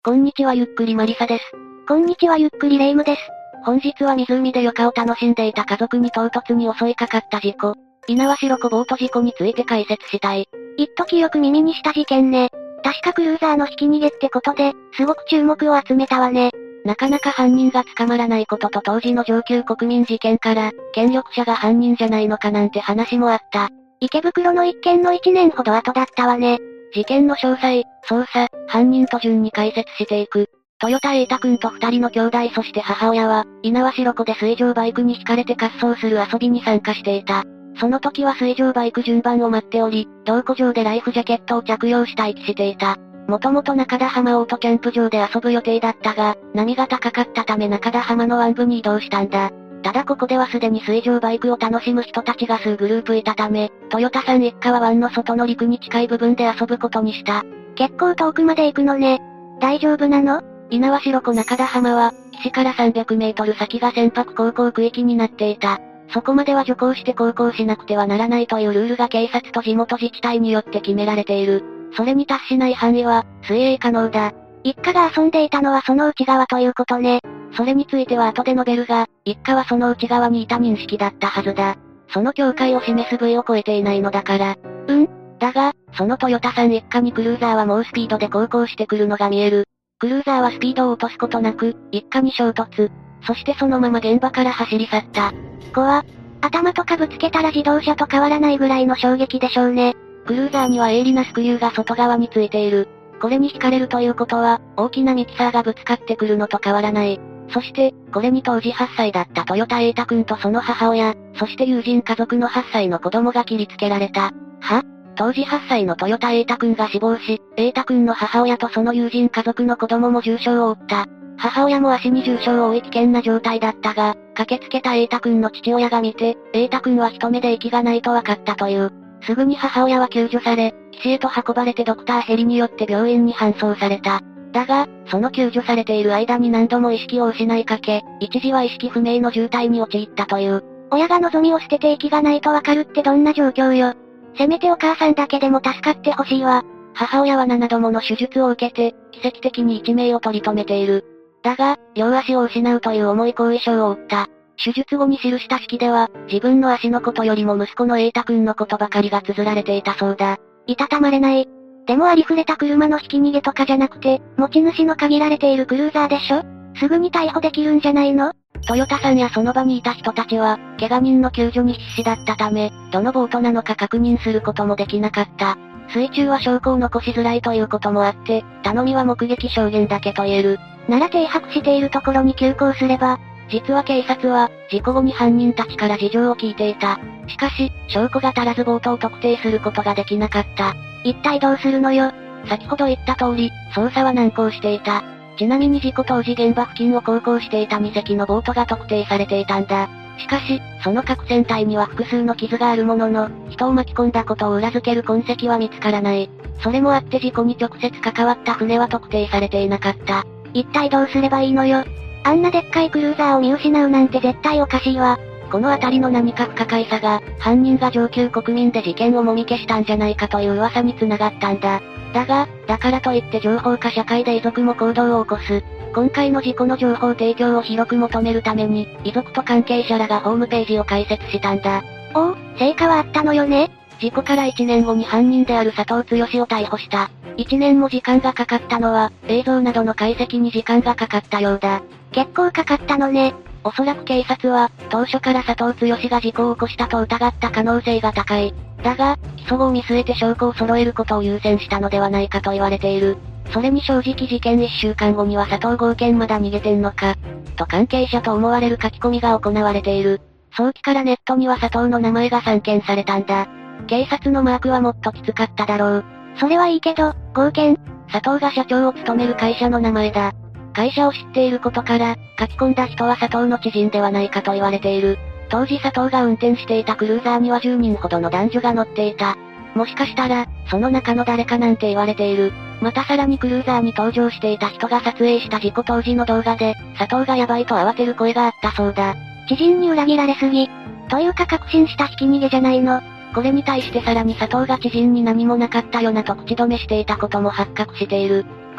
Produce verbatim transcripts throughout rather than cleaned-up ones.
こんにちはゆっくりマリサです。 こんにちはゆっくりレイムです。 本日は湖で余暇を楽しんでいた家族に唐突に襲いかかった事故。猪苗代湖ボート事故について解説したい。 一時よく耳にした事件ね。確かクルーザーのひき逃げってことで、すごく注目を集めたわね。 なかなか犯人が捕まらないことと当時の上級国民事件から、権力者が犯人じゃないのかなんて話もあった。 池袋の一件のいちねんほど後だったわね。 事件の詳細、捜査、犯人と順に解説していく。豊田瑛太くんと二人の兄弟そして母親は、猪苗代湖で水上バイクに引かれて滑走する遊びに参加していた。その時は水上バイク順番を待っており、良湖上でライフジャケットを着用し待機していた。もともと中田浜オートキャンプ場で遊ぶ予定だったが、波が高かったため中田浜の湾部に移動したんだ。ただここではすでに水上バイクを楽しむ人たちが数グループいたため、豊田さん一家は湾の外の陸に近い部分で遊ぶことにした。 結構遠くまで行くのね。大丈夫なの？ 猪苗代湖中田浜は、岸からさんびゃくメートル先が船舶航行区域になっていた。そこまでは徐行して航行しなくてはならないというルールが警察と地元自治体によって決められている。それに達しない範囲は、水泳可能だ。 一家が遊んでいたのはその内側ということね。 それについては後で述べるが、一家はその内側にいた認識だったはずだ。その境界を示す部位を超えていないのだから。 うん？ だが、その豊田さん一家にクルーザーは猛スピードで航行してくるのが見える。クルーザーはスピードを落とすことなく、一家に衝突。そしてそのまま現場から走り去った。 怖。頭とかぶつけたら自動車と変わらないぐらいの衝撃でしょうね。 クルーザーには鋭利なスクリューが外側についている。これに引かれるということは、大きなミキサーがぶつかってくるのと変わらない。そして、これに当時はっさいだった豊田瑛太くんとその母親、そして友人家族のはっさいの子供が切りつけられた。は？当時はっさいの豊田瑛太くんが死亡し、瑛太くんの母親とその友人家族の子供も重傷を負った。母親も足に重傷を負い危険な状態だったが、駆けつけた瑛太くんの父親が見て、瑛太くんは一目で息がないと分かったという。すぐに母親は救助され、岸へと運ばれてドクターヘリによって病院に搬送された。だが、その救助されている間に何度も意識を失いかけ、一時は意識不明の重体に陥ったという。 親が望みを捨てて息がないとわかるってどんな状況よ。せめてお母さんだけでも助かってほしいわ。 母親はななどもの手術を受けて、奇跡的に一命を取り留めている。だが、両足を失うという重い後遺症を負った。手術後に記した式では、自分の足のことよりも息子の瑛太くんのことばかりが綴られていたそうだ。 いたたまれない。でもありふれた車のひき逃げとかじゃなくて、持ち主の限られているクルーザーでしょ？すぐに逮捕できるんじゃないの？ 豊田さんやその場にいた人たちは、怪我人の救助に必死だったため、どのボートなのか確認することもできなかった。水中は証拠を残しづらいということもあって、頼みは目撃証言だけと言える。 なら停泊しているところに急行すれば。 実は警察は、事故後に犯人たちから事情を聞いていた。しかし、証拠が足らずボートを特定することができなかった。 一体どうするのよ。 先ほど言った通り、捜査は難航していた。ちなみに事故当時現場付近を航行していたにせきのボートが特定されていたんだ。しかし、その各船体には複数の傷があるものの、人を巻き込んだことを裏付ける痕跡は見つからない。それもあって事故に直接関わった船は特定されていなかった。 一体どうすればいいのよ。あんなでっかいクルーザーを見失うなんて絶対おかしいわ。 このあたりの何か不可解さが、犯人が上級国民で事件をもみ消したんじゃないかという噂に繋がったんだ。だが、だからといって情報化社会で遺族も行動を起こす。今回の事故の情報提供を広く求めるために、遺族と関係者らがホームページを開設したんだ。 おお、成果はあったのよね。 事故からいちねんごに犯人である佐藤剛を逮捕した。いちねんも時間がかかったのは、映像などの解析に時間がかかったようだ。 結構かかったのね。 おそらく警察は、当初から佐藤剛が事故を起こしたと疑った可能性が高い。だが、起訴後を見据えて証拠を揃えることを優先したのではないかと言われている。それに正直事件いっしゅうかんごには佐藤剛健まだ逃げてんのか、と関係者と思われる書き込みが行われている。早期からネットには佐藤の名前が散見されたんだ。警察のマークはもっときつかっただろう。 それはいいけど、剛健。 佐藤が社長を務める会社の名前だ。会社を知っていることから、書き込んだ人は佐藤の知人ではないかと言われている。当時佐藤が運転していたクルーザーにはじゅうにんほどの男女が乗っていた。もしかしたら、その中の誰かなんて言われている。またさらにクルーザーに搭乗していた人が撮影した事故当時の動画で、佐藤がヤバいと慌てる声があったそうだ。 知人に裏切られすぎ。というか確信したひき逃げじゃないの。 これに対してさらに佐藤が知人に何もなかったよなと口止めしていたことも発覚している。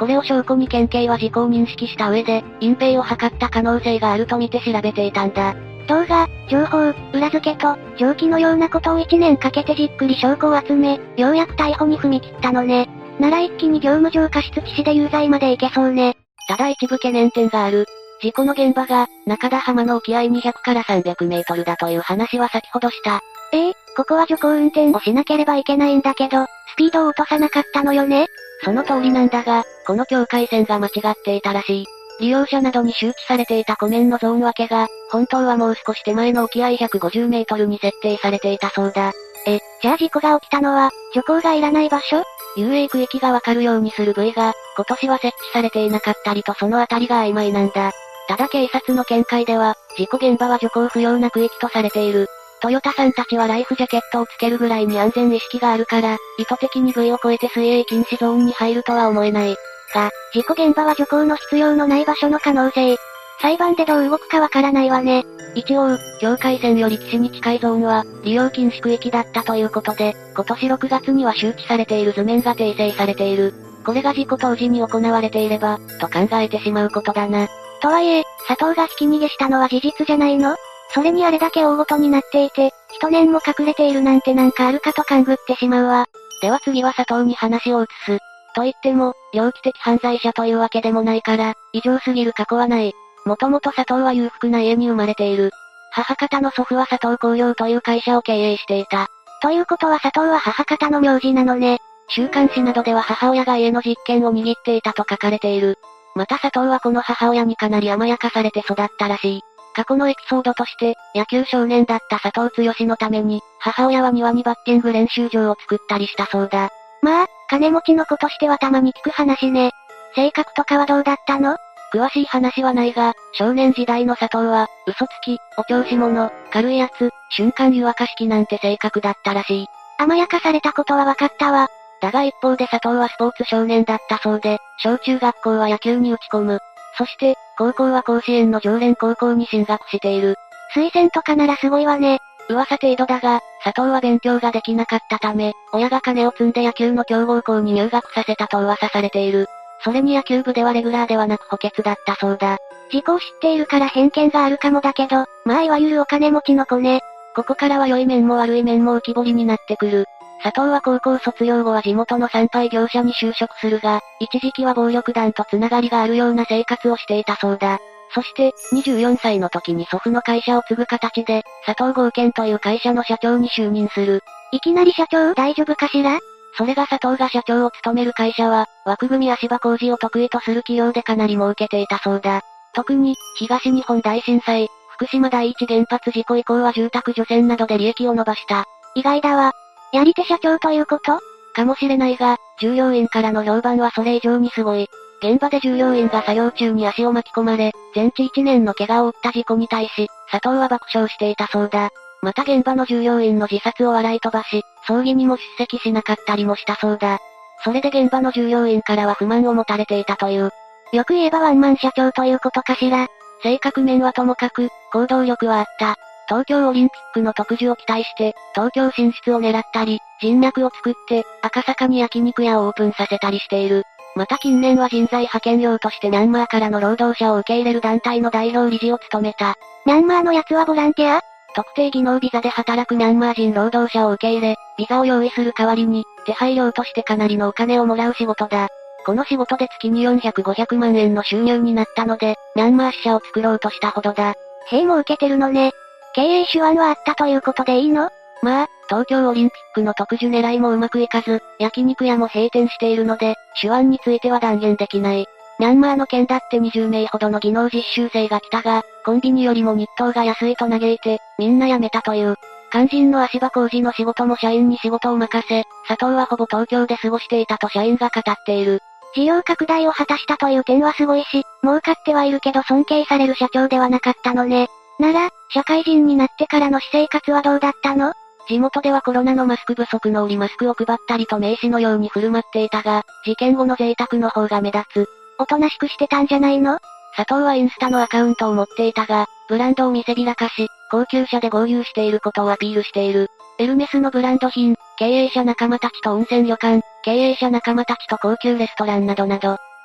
これを証拠に県警は事故を認識した上で、隠蔽を図った可能性があると見て調べていたんだ。 動画、情報、裏付けと、上記のようなことをいちねんかけてじっくり証拠を集め、ようやく逮捕に踏み切ったのね。なら一気に業務上過失致死で有罪までいけそうね。 ただ一部懸念点がある。事故の現場が、中田浜の沖合にひゃくからさんびゃくメートルだという話は先ほどした。 ええ、ここは徐行運転をしなければいけないんだけど、スピードを落とさなかったのよね。 その通りなんだが、この境界線が間違っていたらしい。利用者などに周知されていた湖面のゾーン分けが、本当はもう少し手前の沖合ひゃくごじゅうメートルに設定されていたそうだ。 え、じゃあ事故が起きたのは、徐行がいらない場所？ 遊泳区域がわかるようにする部位が、今年は設置されていなかったりとそのあたりが曖昧なんだ。ただ警察の見解では、事故現場は徐行不要な区域とされている。トヨタさんたちはライフジャケットをつけるぐらいに安全意識があるから、意図的に部位を超えて水泳禁止ゾーンに入るとは思えない。 が、事故現場は徐行の必要のない場所の可能性。裁判でどう動くかわからないわね。 一応、境界線より岸に近いゾーンは、利用禁止区域だったということで、今年ろくがつには周知されている図面が訂正されている。これが事故当時に行われていれば、と考えてしまうことだな。 とはいえ、佐藤がひき逃げしたのは事実じゃないの？それにあれだけ大ごとになっていて、一年も隠れているなんてなんかあるかと勘ぐってしまうわ。 では次は佐藤に話を移す。と言っても、猟奇的犯罪者というわけでもないから、異常すぎる過去はない。もともと佐藤は裕福な家に生まれている。母方の祖父は佐藤工業という会社を経営していた。 ということは佐藤は母方の名字なのね。 週刊誌などでは母親が家の実権を握っていたと書かれている。また佐藤はこの母親にかなり甘やかされて育ったらしい。過去のエピソードとして、野球少年だった佐藤剛のために、母親は庭にバッティング練習場を作ったりしたそうだ。 まあ、金持ちの子としてはたまに聞く話ね。性格とかはどうだったの？ 詳しい話はないが、少年時代の佐藤は、嘘つき、お調子者、軽いやつ、瞬間湯沸かし器なんて性格だったらしい。 甘やかされたことは分かったわ。 だが一方で佐藤はスポーツ少年だったそうで、小中学校は野球に打ち込む。そして、高校は甲子園の常連高校に進学している。 推薦とかならすごいわね。 噂程度だが、佐藤は勉強ができなかったため、親が金を積んで野球の強豪校に入学させたと噂されている。それに野球部ではレギュラーではなく補欠だったそうだ。 事故を知っているから偏見があるかもだけど、まあいわゆるお金持ちの子ね。 ここからは良い面も悪い面も浮き彫りになってくる。佐藤は高校卒業後は地元の産廃業者に就職するが、一時期は暴力団とつながりがあるような生活をしていたそうだ。そして、にじゅうよんさいの時に祖父の会社を継ぐ形で、佐藤合建という会社の社長に就任する。 いきなり社長大丈夫かしら？ それが佐藤が社長を務める会社は、枠組み足場工事を得意とする企業でかなり儲けていたそうだ。特に、東日本大震災、福島第一原発事故以降は住宅除染などで利益を伸ばした。 意外だわ。やり手社長ということ？ かもしれないが、従業員からの評判はそれ以上にすごい。現場で従業員が作業中に足を巻き込まれ、全治いちねんの怪我を負った事故に対し、佐藤は爆笑していたそうだ。また現場の従業員の自殺を笑い飛ばし、葬儀にも出席しなかったりもしたそうだ。それで現場の従業員からは不満を持たれていたという。 よく言えばワンマン社長ということかしら。 性格面はともかく、行動力はあった。東京オリンピックの特需を期待して、東京進出を狙ったり、人脈を作って、赤坂に焼肉屋をオープンさせたりしている。また近年は人材派遣業としてミャンマーからの労働者を受け入れる団体の代表理事を務めた。 ミャンマーのやつはボランティア？ 特定技能ビザで働くミャンマー人労働者を受け入れ、ビザを用意する代わりに、手配料としてかなりのお金をもらう仕事だ。この仕事で月によんひゃくごひゃくまんえんの収入になったので、ミャンマー支社を作ろうとしたほどだ。 へいも受けてるのね。経営手腕はあったということでいいの？ まあ、東京オリンピックの特需狙いもうまくいかず、焼肉屋も閉店しているので、手腕については断言できない。ミャンマーの県だってにじゅうめいほどの技能実習生が来たが、コンビニよりも日当が安いと嘆いて、みんな辞めたという。肝心の足場工事の仕事も社員に仕事を任せ、佐藤はほぼ東京で過ごしていたと社員が語っている。 事業拡大を果たしたという点はすごいし、儲かってはいるけど尊敬される社長ではなかったのね。なら、社会人になってからの私生活はどうだったの？ 地元ではコロナのマスク不足の折マスクを配ったりと名刺のように振る舞っていたが、事件後の贅沢の方が目立つ。 おとなしくしてたんじゃないの？ 佐藤はインスタのアカウントを持っていたが、ブランドを見せびらかし、高級車で豪遊していることをアピールしている。エルメスのブランド品、経営者仲間たちと温泉旅館、経営者仲間たちと高級レストランなどなど。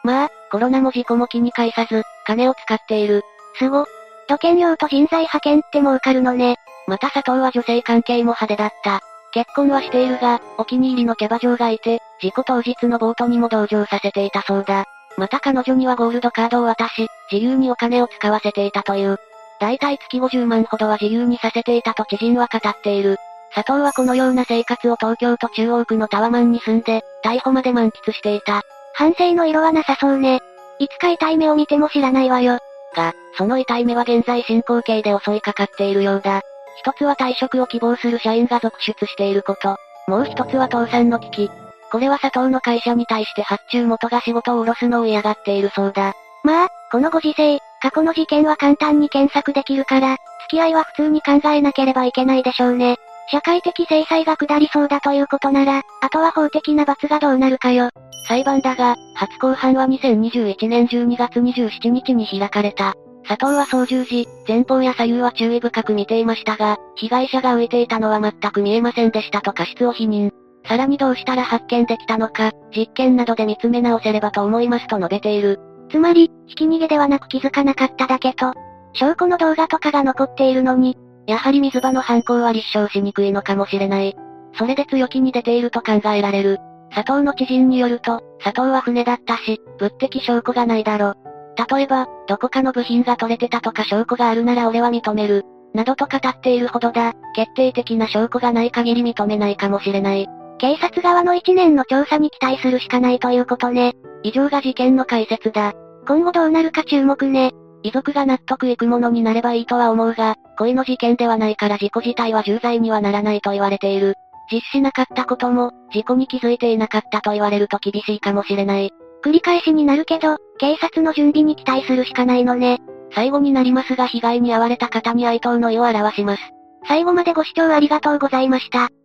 まあ、コロナも事故も気に介さず、金を使っている。 すご。土建業と人材派遣って儲かるのね。 また佐藤は女性関係も派手だった。結婚はしているが、お気に入りのキャバ嬢がいて、事故当日のボートにも同乗させていたそうだ。また彼女にはゴールドカードを渡し、自由にお金を使わせていたという。だいたい月ごじゅうまんほどは自由にさせていたと知人は語っている。佐藤はこのような生活を東京都中央区のタワマンに住んで、逮捕まで満喫していた。 反省の色はなさそうね。いつか痛い目を見ても知らないわよ。 が、その痛い目は現在進行形で襲いかかっているようだ。一つは退職を希望する社員が続出していること。もう一つは倒産の危機。これは佐藤の会社に対して発注元が仕事を下ろすのを嫌がっているそうだ。 まあ、このご時世、過去の事件は簡単に検索できるから、付き合いは普通に考えなければいけないでしょうね。社会的制裁が下りそうだということなら、あとは法的な罰がどうなるかよ。 裁判だが、初公判はにせんにじゅういちねんじゅうにがつにじゅうしちにちに開かれた。佐藤は操縦時、前方や左右は注意深く見ていましたが、被害者が浮いていたのは全く見えませんでしたと過失を否認。さらにどうしたら発見できたのか、実験などで見つめ直せればと思いますと述べている。 つまり、ひき逃げではなく気づかなかっただけと、証拠の動画とかが残っているのに、 やはり水場の犯行は立証しにくいのかもしれない。それで強気に出ていると考えられる。佐藤の知人によると、佐藤は船だったし、物的証拠がないだろ。例えば、どこかの部品が取れてたとか証拠があるなら俺は認める。などと語っているほどだ、決定的な証拠がない限り認めないかもしれない。 警察側のいちねんの調査に期待するしかないということね。 以上が事件の解説だ。 今後どうなるか注目ね。 遺族が納得いくものになればいいとは思うが、故意の事件ではないから事故自体は重罪にはならないと言われている。実施しなかったことも、事故に気づいていなかったと言われると厳しいかもしれない。 繰り返しになるけど、警察の準備に期待するしかないのね。 最後になりますが被害に遭われた方に哀悼の意を表します。 最後までご視聴ありがとうございました。